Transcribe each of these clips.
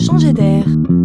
changer d'air.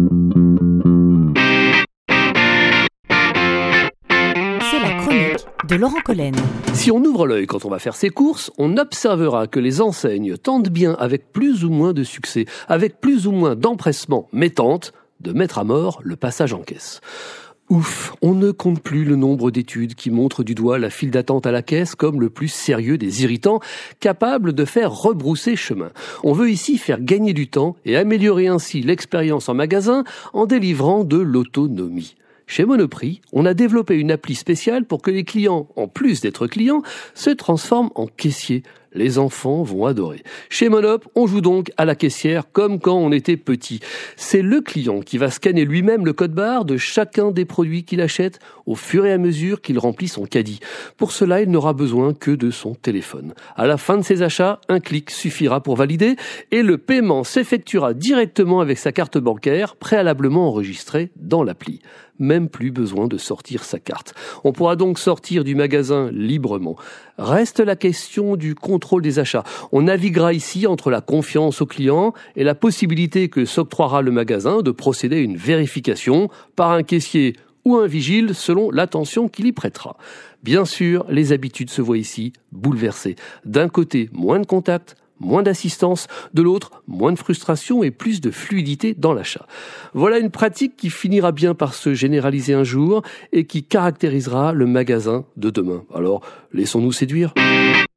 C'est la chronique de Laurent Collen. Si on ouvre l'œil quand on va faire ses courses, on observera que les enseignes tentent bien, avec plus ou moins de succès, avec plus ou moins d'empressement, mais tentent de mettre à mort le passage en caisse. Ouf, on ne compte plus le nombre d'études qui montrent du doigt la file d'attente à la caisse comme le plus sérieux des irritants, capable de faire rebrousser chemin. On veut ici faire gagner du temps et améliorer ainsi l'expérience en magasin en délivrant de l'autonomie. Chez Monoprix, on a développé une appli spéciale pour que les clients, en plus d'être clients, se transforment en caissiers. Les enfants vont adorer. Chez Monop, on joue donc à la caissière comme quand on était petit. C'est le client qui va scanner lui-même le code-barre de chacun des produits qu'il achète au fur et à mesure qu'il remplit son caddie. Pour cela, il n'aura besoin que de son téléphone. À la fin de ses achats, un clic suffira pour valider et le paiement s'effectuera directement avec sa carte bancaire préalablement enregistrée dans l'appli. Même plus besoin de sortir sa carte. On pourra donc sortir du magasin librement. Reste la question du contrôle des achats. On naviguera ici entre la confiance au client et la possibilité que s'octroiera le magasin de procéder à une vérification par un caissier ou un vigile selon l'attention qu'il y prêtera. Bien sûr, les habitudes se voient ici bouleversées. D'un côté, moins de contacts, moins d'assistance, de l'autre, moins de frustration et plus de fluidité dans l'achat. Voilà une pratique qui finira bien par se généraliser un jour et qui caractérisera le magasin de demain. Alors, laissons-nous séduire.